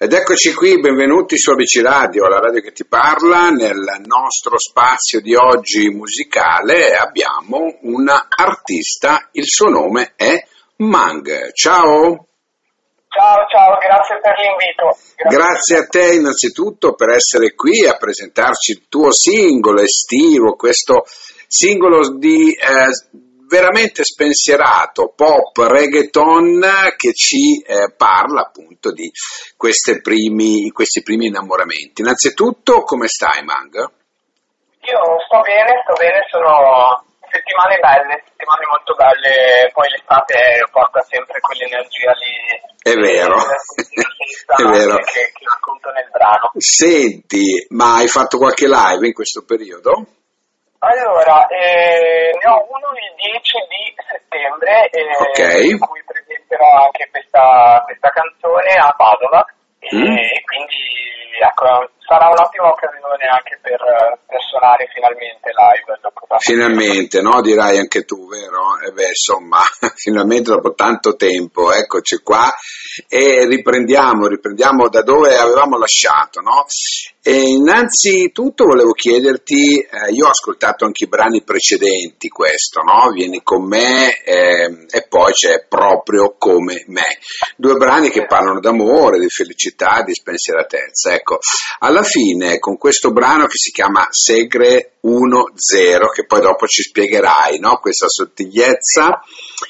Ed eccoci qui, benvenuti su ABC Radio, la radio che ti parla. Nel nostro spazio di oggi musicale abbiamo un artista, il suo nome è Mang. Ciao! Ciao, grazie per l'invito. Grazie a te innanzitutto per essere qui a presentarci il tuo singolo estivo, questo singolo di veramente spensierato, pop, reggaeton, che ci parla appunto di questi primi innamoramenti. Innanzitutto, come stai, Mang? Io sto bene, sono settimane molto belle, poi l'estate porta sempre quell'energia lì. È vero, è vero. Che racconto nel brano. Senti, ma hai fatto qualche live in questo periodo? Allora, ne ho uno il 10 di settembre, Okay. in cui presenterò anche questa canzone a Padova, e quindi ecco, sarà un'ottima occasione anche per suonare finalmente live. Finalmente, no? Dirai anche tu, vero? E beh, insomma, finalmente dopo tanto tempo, eccoci qua e riprendiamo da dove avevamo lasciato, no? E innanzitutto volevo chiederti, io ho ascoltato anche i brani precedenti, questo, no? Vieni con me e poi c'è Proprio come me. Due brani che parlano d'amore, di felicità, di spensieratezza. Ecco, alla fine con questo brano che si chiama Segre 1-0, che poi dopo ci spiegherai, no? Questa sottigliezza,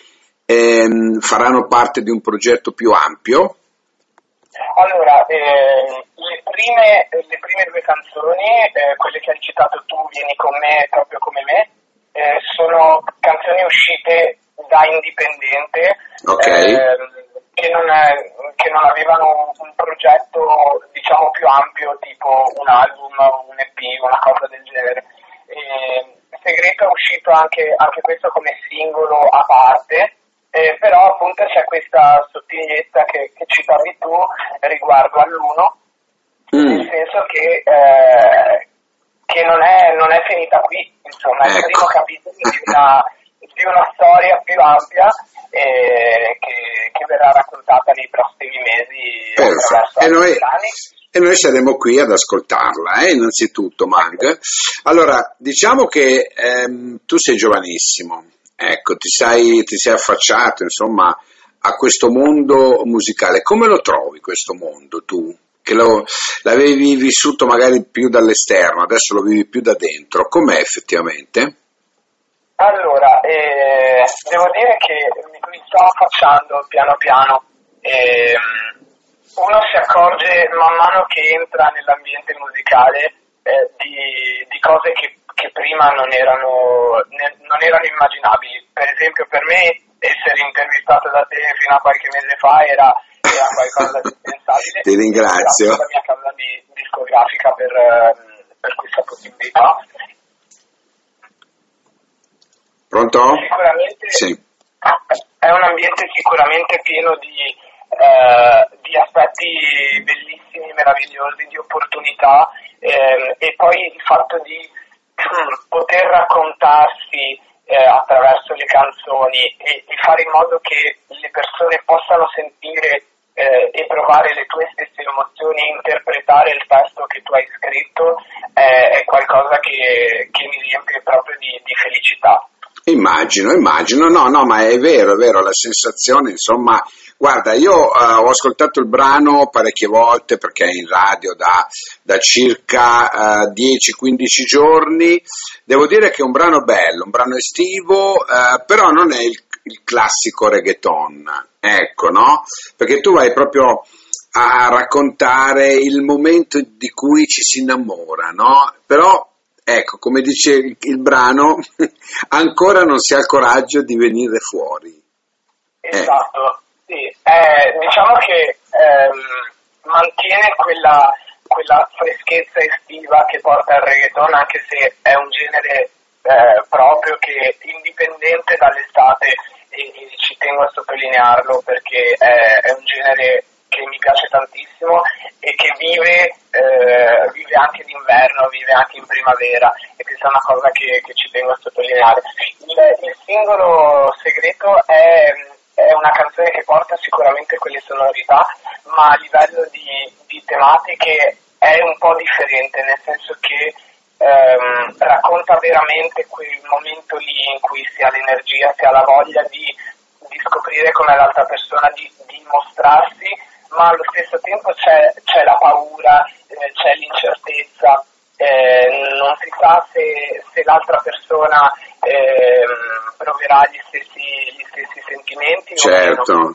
faranno parte di un progetto più ampio? Allora, le prime due canzoni, quelle che hai citato tu, Vieni con me, Proprio come me, sono canzoni uscite da indipendente, Okay. che non avevano un progetto, diciamo, più ampio, tipo un album, un EP, una cosa del genere. Segreto è uscito anche questo come singolo a parte, però appunto c'è questa sottigliezza che citavi tu riguardo all'uno, nel senso che non è finita qui, insomma, è il primo capitolo di una storia più ampia che verrà raccontata nei prossimi mesi attraverso altri brani. E noi saremo qui ad ascoltarla, innanzitutto, Mang. Allora, diciamo che tu sei giovanissimo, ecco, ti sei affacciato, insomma, a questo mondo musicale. Come lo trovi questo mondo, tu? Che l'avevi vissuto magari più dall'esterno, adesso lo vivi più da dentro. Com'è effettivamente? Allora, devo dire che mi sto affacciando piano piano. Uno si accorge man mano che entra nell'ambiente musicale di cose che prima non erano immaginabili. Per esempio, per me essere intervistato da te fino a qualche mese fa era qualcosa di impensabile. Ti ringrazio. La mia casa discografica per questa possibilità. Pronto? Sicuramente Sì. è un ambiente sicuramente pieno di aspetti bellissimi, meravigliosi, di opportunità, e poi il fatto di poter raccontarsi attraverso le canzoni e fare in modo che le persone possano sentire e provare le tue stesse emozioni e interpretare il testo che tu hai scritto è qualcosa che mi riempie proprio di felicità. Immagino, no, ma è vero, la sensazione, insomma, guarda, io ho ascoltato il brano parecchie volte perché è in radio da circa 10-15 giorni, devo dire che è un brano bello, un brano estivo, però non è il classico reggaeton, ecco, no? Perché tu vai proprio a raccontare il momento di cui ci si innamora, no? Però ecco, come dice il brano, ancora non si ha il coraggio di venire fuori. Esatto, sì. Diciamo che mantiene quella freschezza estiva che porta il reggaeton, anche se è un genere proprio che indipendente dall'estate, e ci tengo a sottolinearlo perché è un genere che mi piace tantissimo e che vive anche d'inverno, vive anche in primavera, e questa è una cosa che ci tengo a sottolineare. Il singolo Segreto è una canzone che porta sicuramente quelle sonorità, ma a livello di tematiche è un po' differente, nel senso che racconta veramente quel momento lì in cui si ha l'energia, si ha la voglia di scoprire com'è l'altra persona, di mostrarsi, ma allo stesso tempo c'è la paura, c'è l'incertezza, non si sa se l'altra persona proverà gli stessi sentimenti. Certo. O meno.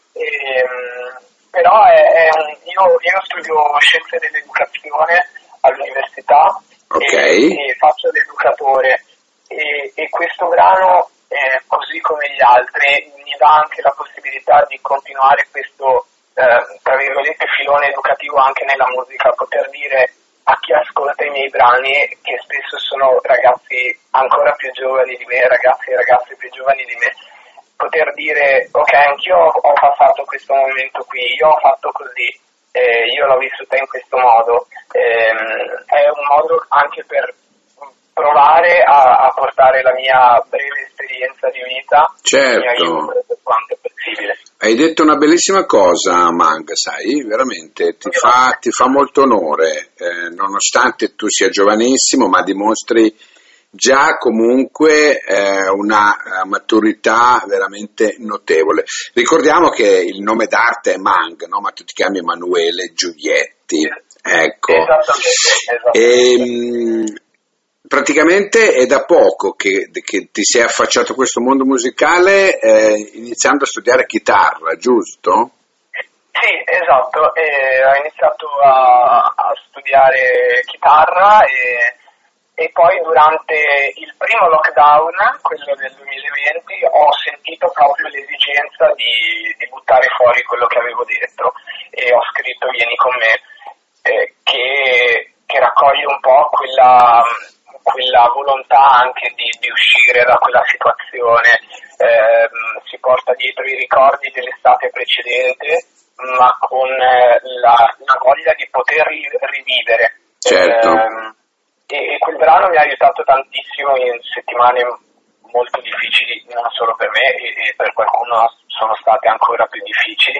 Però io studio scienze dell'educazione all'università. Okay. E faccio l'educatore e questo brano, così come gli altri, mi dà anche la possibilità di continuare questo tra virgolette filone educativo anche nella musica, poter dire a chi ascolta i miei brani, che spesso sono ragazzi ancora più giovani di me, ragazzi e ragazze più giovani di me, poter dire ok, anch'io ho passato questo momento qui, io ho fatto così, io l'ho vissuta in questo modo, è un modo anche per provare a portare la mia breve esperienza di vita, certo, per quanto è possibile. Hai detto una bellissima cosa, Mang, sai, veramente ti fa molto onore, nonostante tu sia giovanissimo, ma dimostri già comunque una maturità veramente notevole. Ricordiamo che il nome d'arte è Mang, no? Ma tu ti chiami Emanuele Giulietti, ecco. Esattamente. Praticamente è da poco che ti sei affacciato a questo mondo musicale, iniziando a studiare chitarra, giusto? Sì, esatto, ho iniziato a studiare chitarra e poi durante il primo lockdown, quello del 2020, ho sentito proprio l'esigenza di buttare fuori quello che avevo dentro e ho scritto Vieni con me, che raccoglie un po' quella volontà anche di uscire da quella situazione, si porta dietro i ricordi dell'estate precedente, ma con la voglia di poter rivivere. Certo. E quel brano mi ha aiutato tantissimo in settimane molto difficili, non solo per me, e per qualcuno sono state ancora più difficili,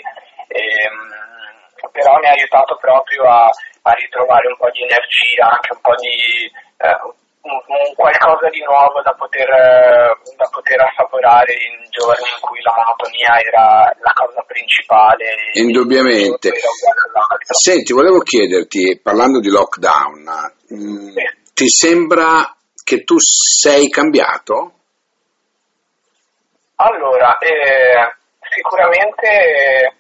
però mi ha aiutato proprio a ritrovare un po' di energia, anche un po' di qualcosa di nuovo da poter assaporare in giorni in cui la monotonia era la cosa principale. Indubbiamente. Senti, volevo chiederti, parlando di lockdown, ti sembra che tu sei cambiato? Allora, sicuramente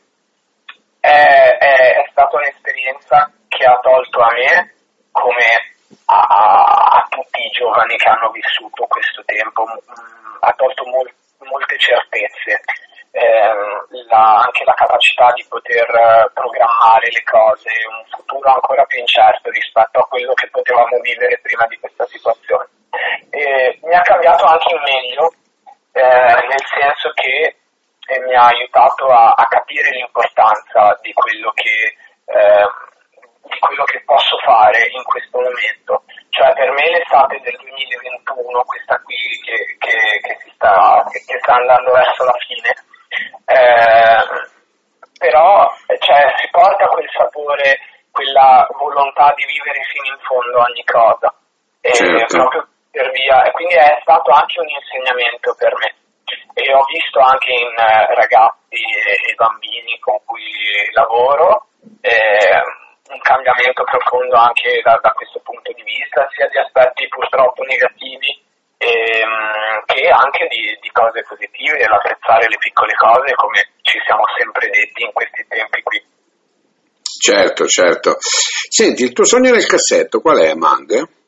è stata un'esperienza che ha tolto a me, come a tutti i giovani che hanno vissuto questo tempo, ha tolto molte certezze, anche la capacità di poter programmare le cose, un futuro ancora più incerto rispetto a quello che potevamo vivere prima di questa situazione. Mi ha cambiato anche in meglio, nel senso che mi ha aiutato a capire l'importanza di quello che posso fare in questo momento. Cioè, per me l'estate del 2021, questa qui che sta andando verso la fine, però si porta quel sapore, quella volontà di vivere fino in fondo ogni cosa, certo. proprio per via, e quindi è stato anche un insegnamento per me. E ho visto anche in ragazzi e bambini con cui lavoro un cambiamento profondo anche da questo punto di vista, sia di aspetti purtroppo negativi che anche di cose positive, l'apprezzare le piccole cose, come ci siamo sempre detti in questi tempi qui. Certo, certo. Senti, il tuo sogno nel cassetto qual è, Mang?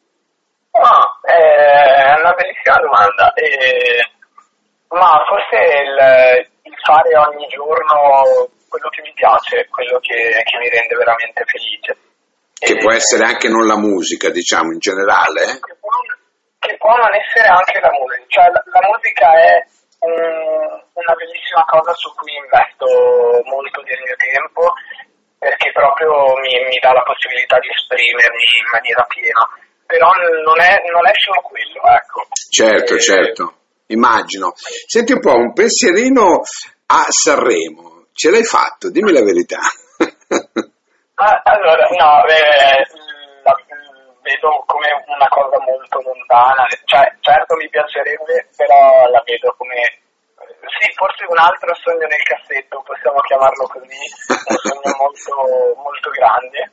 È una bellissima domanda. Ma forse il fare ogni giorno quello che mi piace, quello che mi rende veramente felice. Che può essere anche non la musica, diciamo, in generale? Che può non essere anche la musica. Cioè, la musica è una bellissima cosa su cui investo molto del mio tempo, perché proprio mi dà la possibilità di esprimermi in maniera piena. Però non è solo quello, ecco. Certo, certo. Immagino. Senti un po', un pensierino a Sanremo, ce l'hai fatto? Dimmi la verità. Allora, no, la vedo come una cosa molto lontana, cioè certo mi piacerebbe, però la vedo come, sì, forse un altro sogno nel cassetto, possiamo chiamarlo così, un sogno molto, molto grande.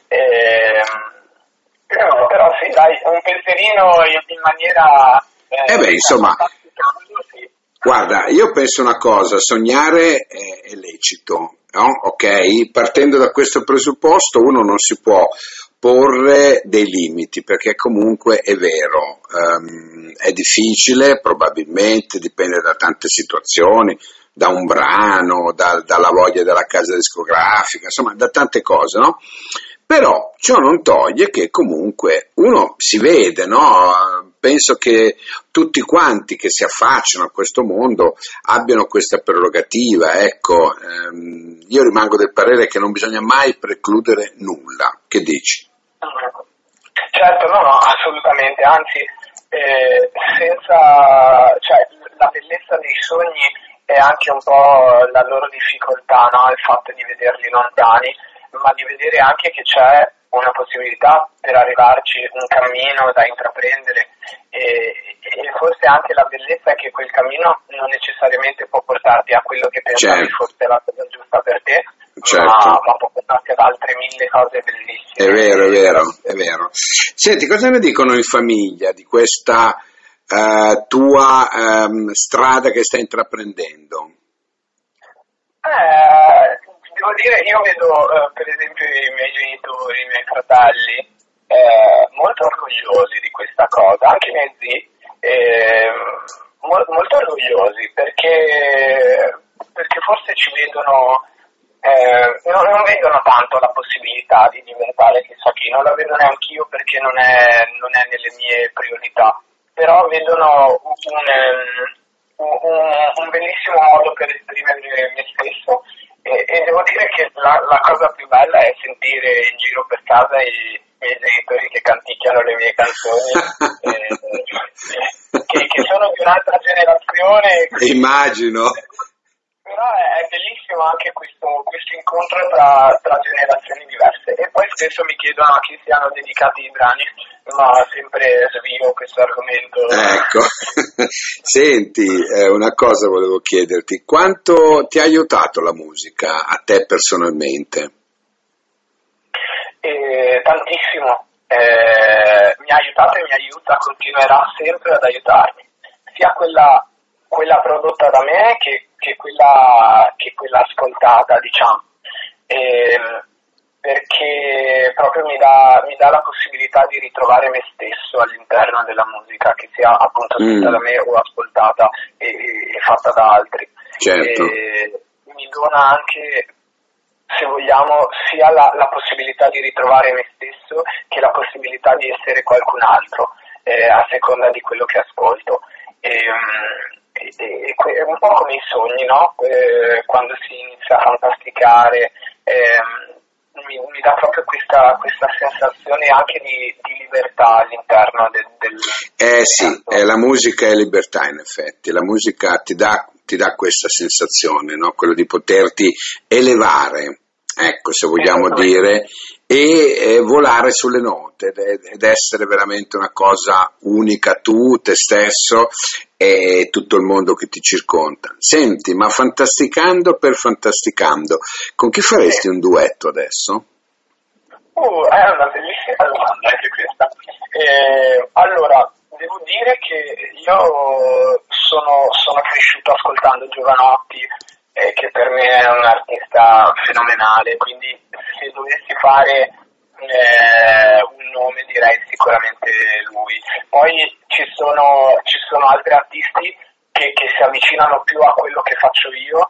Però sì, dai, un pensierino in maniera Insomma, fantastica, sì. guarda, io penso una cosa, sognare è lecito, no? Ok? Partendo da questo presupposto uno non si può porre dei limiti, perché comunque è vero, è difficile, probabilmente dipende da tante situazioni, da un brano, dalla voglia della casa discografica, insomma, da tante cose, no? Però ciò non toglie che comunque uno si vede, no? Penso che tutti quanti che si affacciano a questo mondo abbiano questa prerogativa, ecco, io rimango del parere che non bisogna mai precludere nulla, che dici? Certo, no, assolutamente, anzi, senza, cioè, la bellezza dei sogni è anche un po' la loro difficoltà, no? Il fatto di vederli lontani, ma di vedere anche che c'è una possibilità per arrivarci, un cammino da intraprendere e forse anche la bellezza è che quel cammino non necessariamente può portarti a quello che pensavi Certo. fosse la cosa giusta per te, Certo. ma può portarti ad altre mille cose bellissime. È vero, è vero, è vero. Senti, cosa ne dicono in famiglia di questa tua strada che stai intraprendendo? Devo dire, io vedo per esempio i miei genitori, i miei fratelli molto orgogliosi di questa cosa, anche i miei zii molto orgogliosi perché forse ci vedono, non vedono tanto la possibilità di diventare chissà chi, non la vedo neanche io perché non è nelle mie priorità, però vedono un bellissimo modo per esprimere me stesso e devo dire che la cosa più bella è sentire in giro per casa i miei genitori che canticchiano le mie canzoni che sono di un'altra generazione. Immagino. Però è bellissimo anche questo incontro tra generazioni diverse e poi spesso mi chiedono a chi siano dedicati i brani, ma sempre svio questo argomento. Ecco, senti, una cosa volevo chiederti, quanto ti ha aiutato la musica a te personalmente? Tantissimo, mi ha aiutato e mi aiuta, continuerà sempre ad aiutarmi, sia quella prodotta da me che quella ascoltata, diciamo, perché proprio mi dà la possibilità di ritrovare me stesso all'interno della musica, che sia appunto scritta da me o ascoltata e fatta da altri. Certo. Mi dona anche, se vogliamo, sia la possibilità di ritrovare me stesso che la possibilità di essere qualcun altro, a seconda di quello che ascolto. È un po' come i sogni, no? Quando si inizia a fantasticare, mi dà proprio questa sensazione anche di libertà all'interno del sì, la musica è libertà in effetti, la musica ti dà questa sensazione, no? Quello di poterti elevare, ecco, se vogliamo dire, e volare sulle note ed essere veramente una cosa unica, tu, te stesso e tutto il mondo che ti circonda. Senti, ma fantasticando per fantasticando, con chi faresti un duetto adesso? È una bellissima domanda anche questa. Allora, devo dire che io sono cresciuto ascoltando Giovanotti, che per me è un artista fenomenale, quindi se dovessi fare un nome direi sicuramente lui. Poi ci sono altri artisti che si avvicinano più a quello che faccio io,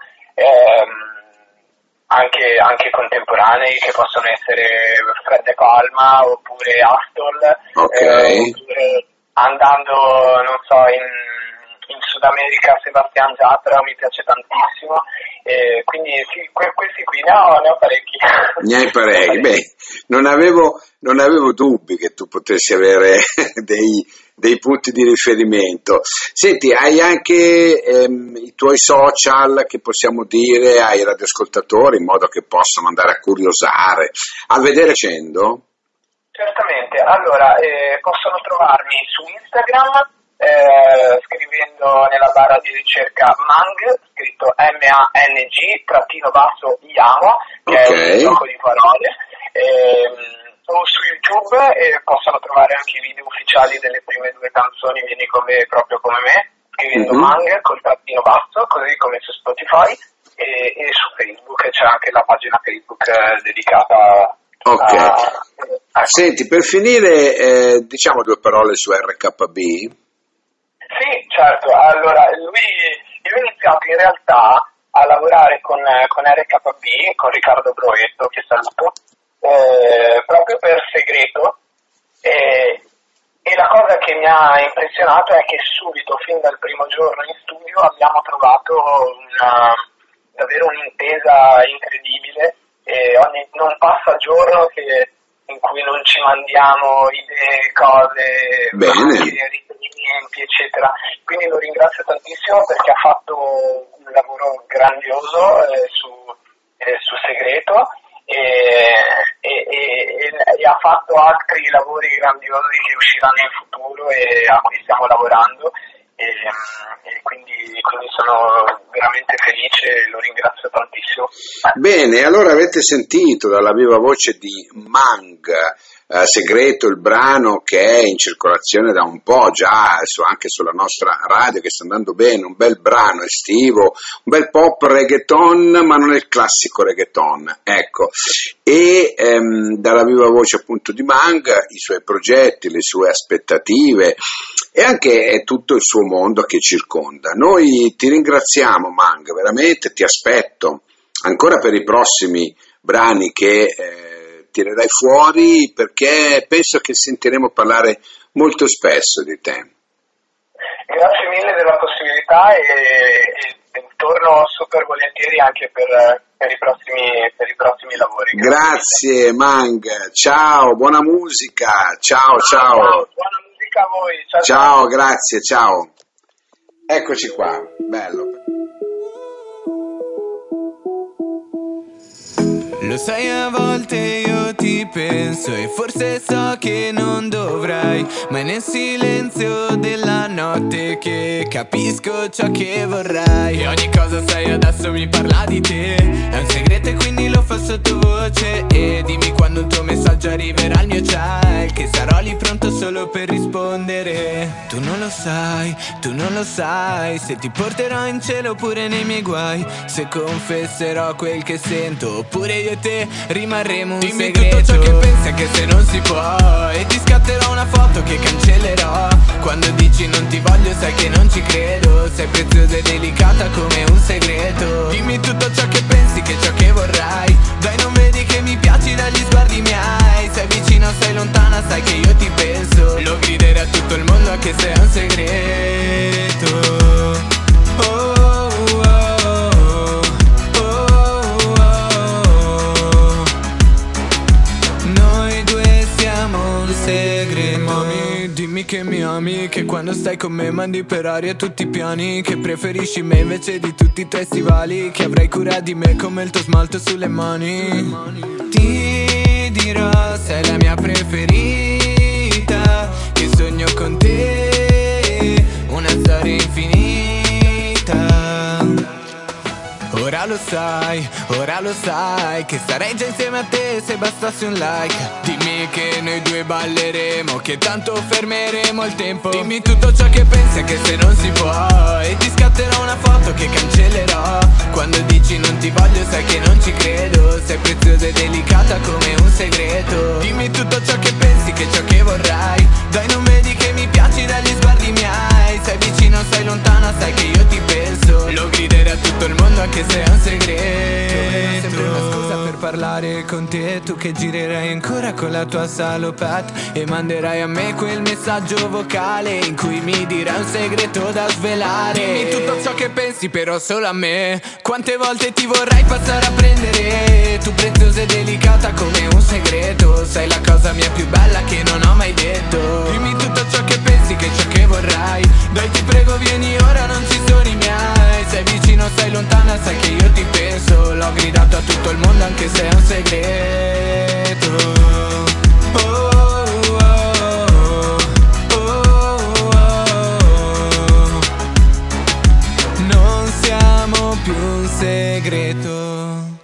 anche contemporanei, che possono essere Fred De Palma oppure Astor, Okay. oppure andando, non so, in Sud America Sebastian Yatra mi piace tantissimo, quindi sì, questi qui ne ho parecchi. Ne hai parecchi, beh, non avevo dubbi che tu potessi avere dei punti di riferimento. Senti, hai anche i tuoi social che possiamo dire ai radioascoltatori in modo che possano andare a curiosare, a vedere Cendo? Certamente, allora possono trovarmi su Instagram scrivendo nella barra di ricerca Mang, scritto MANG_IAMO, che è un gioco di parole, o su YouTube possono trovare anche i video ufficiali delle prime 2 canzoni Vieni con me proprio come me, scrivendo Mang col trattino basso, così come su Spotify, e su Facebook c'è anche la pagina Facebook dedicata. Senti, per finire diciamo 2 parole su RKB. Sì, certo, allora io ho iniziato in realtà a lavorare con RKB, con Riccardo Broetto, che saluto, proprio per segreto, e la cosa che mi ha impressionato è che subito, fin dal primo giorno in studio, abbiamo trovato davvero un'intesa incredibile, e non passa giorno in cui non ci mandiamo idee, cose, riferimenti, eccetera. Quindi lo ringrazio tantissimo perché ha fatto un lavoro grandioso su Segreto e ha fatto altri lavori grandiosi che usciranno in futuro e a cui stiamo lavorando. E quindi sono veramente felice e lo ringrazio tantissimo. Bene, allora avete sentito dalla viva voce di Mang, Segreto, il brano che è in circolazione da un po' già anche sulla nostra radio, che sta andando bene, un bel brano estivo, un bel pop reggaeton, ma non è il classico reggaeton, ecco. E dalla viva voce appunto di Mang, i suoi progetti, le sue aspettative e anche tutto il suo mondo che circonda. Noi ti ringraziamo Mang, veramente ti aspetto ancora per i prossimi brani che tirerai fuori, perché penso che sentiremo parlare molto spesso di te. Grazie mille della possibilità e torno super volentieri anche per i prossimi lavori. Grazie Mang, ciao, buona musica, ciao. Buona musica a voi, ciao, grazie, ciao. Eccoci qua, bello. Lo sai, a volte io ti penso e forse so che non dovrai, ma è nel silenzio della notte che capisco ciò che vorrai. E ogni cosa sai adesso mi parla di te, è un segreto e quindi lo fa sottovoce. E dimmi quando un tuo messaggio arriverà al mio chat, che sarò lì pronto solo per rispondere. Tu non lo sai se ti porterò in cielo oppure nei miei guai, se confesserò quel che sento oppure io e te rimarremo un segreto. Dimmi tutto ciò che pensi anche se non si può, e ti scatterò una foto che cancellerò. Quando dici non ti voglio sai che non ci credo, sei preziosa e delicata come un segreto. Dimmi tutto ciò che pensi, che ciò che vorrai, dai non vedi che mi piaci dagli sguardi miei. Sei vicino, sei lontana, sai che io ti penso, lo griderei a tutto il mondo anche se è un segreto. Dimmi che mi ami, che quando stai con me mandi per aria tutti i piani, che preferisci me invece di tutti i tuoi stivali, che avrai cura di me come il tuo smalto sulle mani. Ti dirò, sei la mia preferita, che sogno con te, una storia infinita. Ora lo sai, che sarei già insieme a te se bastasse un like. Dimmi che noi due balleremo, che tanto fermeremo il tempo. Dimmi tutto ciò che pensi anche se non si può, e ti scatterò una foto che cancellerò. Quando dici non ti voglio sai che non ci credo, sei preziosa e delicata come un segreto. Dimmi tutto ciò che pensi, che ciò che vorrai, dai non vedi che mi piaci dagli sguardi miei. Sei vicino, sei lontana, sai che io ti penso, lo griderei a tutto il mondo anche se è un segreto. Sempre una scusa per parlare con te, tu che girerai ancora con la tua salopette e manderai a me quel messaggio vocale in cui mi dirai un segreto da svelare. Dimmi tutto ciò che pensi però solo a me, quante volte ti vorrei passare a prendere, tu preziosa e delicata come un segreto, sei la cosa mia più bella che non ho mai detto. Dimmi tutto ciò che pensi, che ciò che vorrai, dai ti prego vieni ora, non ci sono i miei, sei vicino, sei lontana, sai che io ti penso, l'ho gridato a tutto il mondo anche se è un segreto. Oh, oh, oh, oh, oh. Non siamo più un segreto.